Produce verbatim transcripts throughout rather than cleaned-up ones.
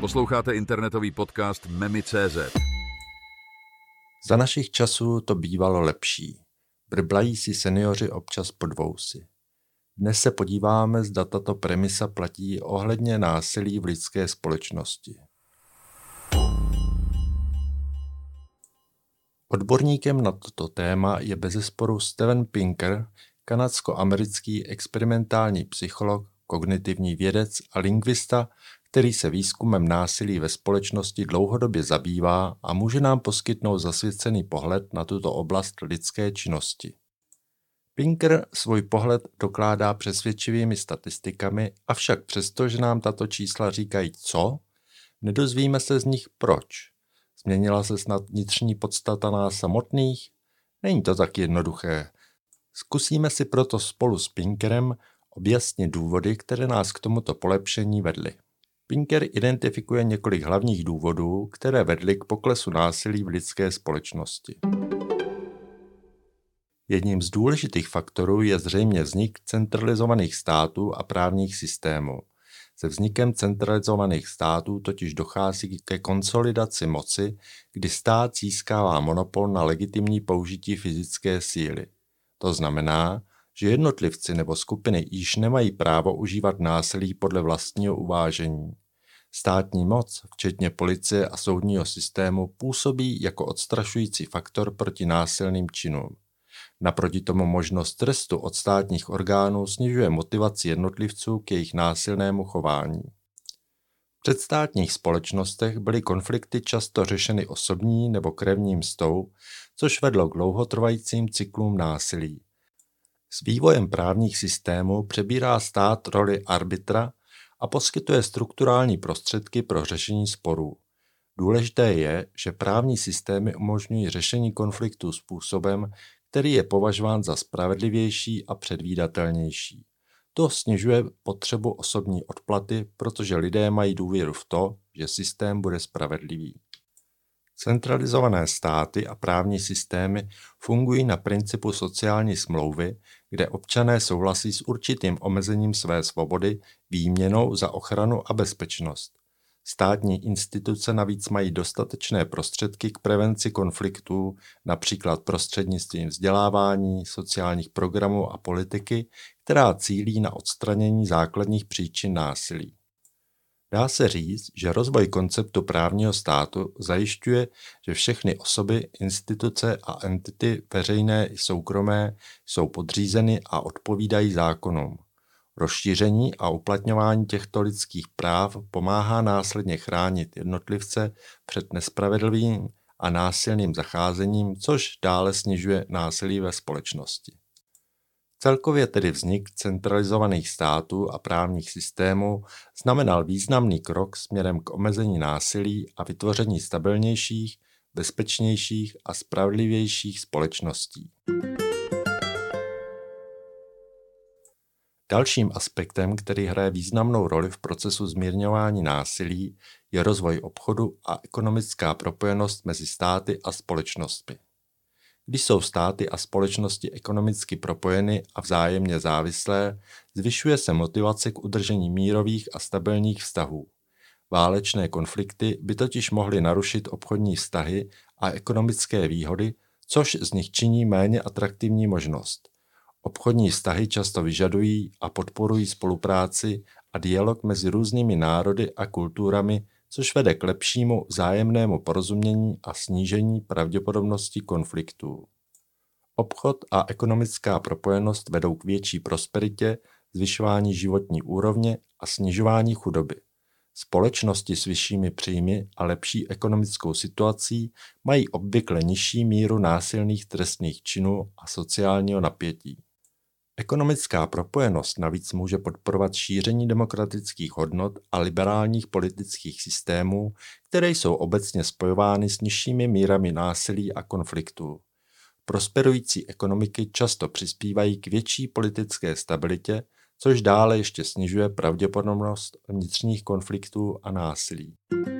Posloucháte internetový podcast Memy tečka cé zet. Za našich časů to bývalo lepší. Brblají si seniori občas pod vousy. Dnes se podíváme, zda tato premisa platí ohledně násilí v lidské společnosti. Odborníkem na toto téma je bezesporu Steven Pinker, kanadsko-americký experimentální psycholog, kognitivní vědec a lingvista, který se výzkumem násilí ve společnosti dlouhodobě zabývá a může nám poskytnout zasvěcený pohled na tuto oblast lidské činnosti. Pinker svůj pohled dokládá přesvědčivými statistikami, avšak přesto, že nám tato čísla říkají co, nedozvíme se z nich proč. Změnila se snad vnitřní podstata nás samotných? Není to tak jednoduché. Zkusíme si proto spolu s Pinkerem objasnit důvody, které nás k tomuto polepšení vedly. Pinker identifikuje několik hlavních důvodů, které vedly k poklesu násilí v lidské společnosti. Jedním z důležitých faktorů je zřejmě vznik centralizovaných států a právních systémů. Se vznikem centralizovaných států totiž dochází ke konsolidaci moci, kdy stát získává monopol na legitimní použití fyzické síly. To znamená, že jednotlivci nebo skupiny již nemají právo užívat násilí podle vlastního uvážení. Státní moc, včetně policie a soudního systému, působí jako odstrašující faktor proti násilným činům. Naproti tomu možnost trestu od státních orgánů snižuje motivaci jednotlivců k jejich násilnému chování. V předstátních společnostech byly konflikty často řešeny osobní nebo krevní mstou, což vedlo k dlouhotrvajícím cyklům násilí. S vývojem právních systémů přebírá stát roli arbitra a poskytuje strukturální prostředky pro řešení sporů. Důležité je, že právní systémy umožňují řešení konfliktů způsobem, který je považován za spravedlivější a předvídatelnější. To snižuje potřebu osobní odplaty, protože lidé mají důvěru v to, že systém bude spravedlivý. Centralizované státy a právní systémy fungují na principu sociální smlouvy, kde občané souhlasí s určitým omezením své svobody výměnou za ochranu a bezpečnost. Státní instituce navíc mají dostatečné prostředky k prevenci konfliktů, například prostřednictvím vzdělávání, sociálních programů a politiky, která cílí na odstranění základních příčin násilí. Dá se říct, že rozvoj konceptu právního státu zajišťuje, že všechny osoby, instituce a entity veřejné i soukromé jsou podřízeny a odpovídají zákonům. Rozšíření a uplatňování těchto lidských práv pomáhá následně chránit jednotlivce před nespravedlivým a násilným zacházením, což dále snižuje násilí ve společnosti. Celkově tedy vznik centralizovaných států a právních systémů znamenal významný krok směrem k omezení násilí a vytvoření stabilnějších, bezpečnějších a spravedlivějších společností. Dalším aspektem, který hraje významnou roli v procesu zmírňování násilí, je rozvoj obchodu a ekonomická propojenost mezi státy a společnostmi. Když jsou státy a společnosti ekonomicky propojeny a vzájemně závislé, zvyšuje se motivace k udržení mírových a stabilních vztahů. Válečné konflikty by totiž mohly narušit obchodní vztahy a ekonomické výhody, což z nich činí méně atraktivní možnost. Obchodní vztahy často vyžadují a podporují spolupráci a dialog mezi různými národy a kulturami, což vede k lepšímu vzájemnému porozumění a snížení pravděpodobnosti konfliktů. Obchod a ekonomická propojenost vedou k větší prosperitě, zvyšování životní úrovně a snižování chudoby. Společnosti s vyššími příjmy a lepší ekonomickou situací mají obvykle nižší míru násilných trestných činů a sociálního napětí. Ekonomická propojenost navíc může podporovat šíření demokratických hodnot a liberálních politických systémů, které jsou obecně spojovány s nižšími mírami násilí a konfliktů. Prosperující ekonomiky často přispívají k větší politické stabilitě, což dále ještě snižuje pravděpodobnost vnitřních konfliktů a násilí.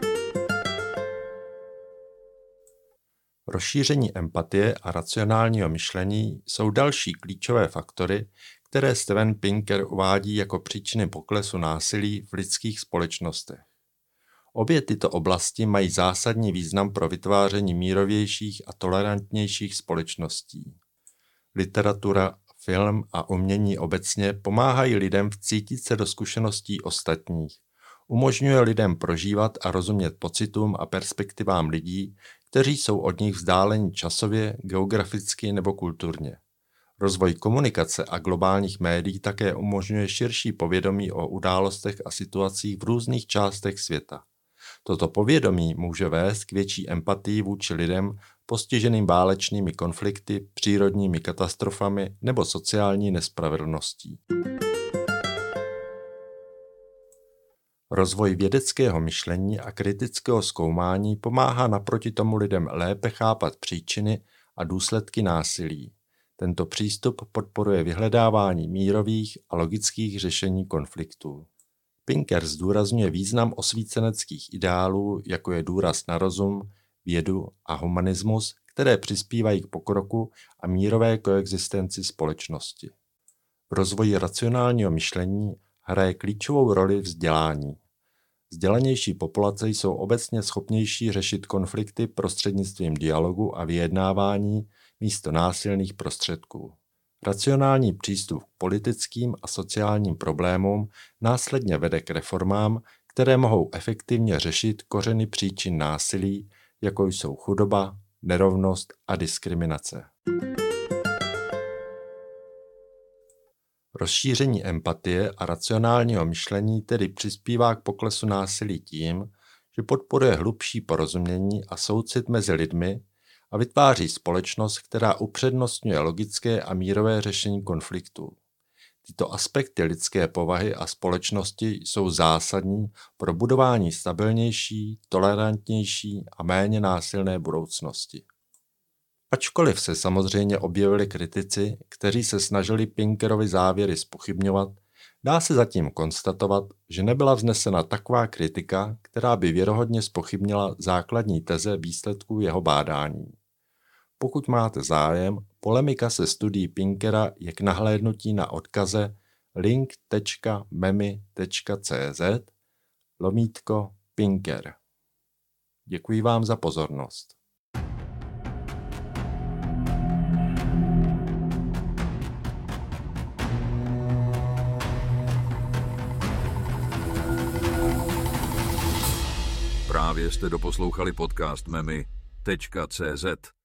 Rozšíření empatie a racionálního myšlení jsou další klíčové faktory, které Steven Pinker uvádí jako příčiny poklesu násilí v lidských společnostech. Obě tyto oblasti mají zásadní význam pro vytváření mírovějších a tolerantnějších společností. Literatura, film a umění obecně pomáhají lidem vcítit se do zkušeností ostatních. Umožňuje lidem prožívat a rozumět pocitům a perspektivám lidí, kteří jsou od nich vzdáleni časově, geograficky nebo kulturně. Rozvoj komunikace a globálních médií také umožňuje širší povědomí o událostech a situacích v různých částech světa. Toto povědomí může vést k větší empatii vůči lidem postiženým válečnými konflikty, přírodními katastrofami nebo sociální nespravedlností. Rozvoj vědeckého myšlení a kritického zkoumání pomáhá naproti tomu lidem lépe chápat příčiny a důsledky násilí. Tento přístup podporuje vyhledávání mírových a logických řešení konfliktů. Pinker zdůrazňuje význam osvíceneckých ideálů, jako je důraz na rozum, vědu a humanismus, které přispívají k pokroku a mírové koexistenci společnosti. V rozvoji racionálního myšlení hraje klíčovou roli vzdělání. Vzdělanější populace jsou obecně schopnější řešit konflikty prostřednictvím dialogu a vyjednávání místo násilných prostředků. Racionální přístup k politickým a sociálním problémům následně vede k reformám, které mohou efektivně řešit kořeny příčin násilí, jako jsou chudoba, nerovnost a diskriminace. Rozšíření empatie a racionálního myšlení tedy přispívá k poklesu násilí tím, že podporuje hlubší porozumění a soucit mezi lidmi a vytváří společnost, která upřednostňuje logické a mírové řešení konfliktů. Tyto aspekty lidské povahy a společnosti jsou zásadní pro budování stabilnější, tolerantnější a méně násilné budoucnosti. Ačkoliv se samozřejmě objevili kritici, kteří se snažili Pinkerovy závěry zpochybňovat, dá se zatím konstatovat, že nebyla vznesena taková kritika, která by věrohodně zpochybnila základní teze výsledků jeho bádání. Pokud máte zájem, polemika se studií Pinkera je k nahlédnutí na odkaze link tečka memi tečka cz lomítko Pinker. Děkuji vám za pozornost. Právě jste doposlouchali podcast memi tečka cz.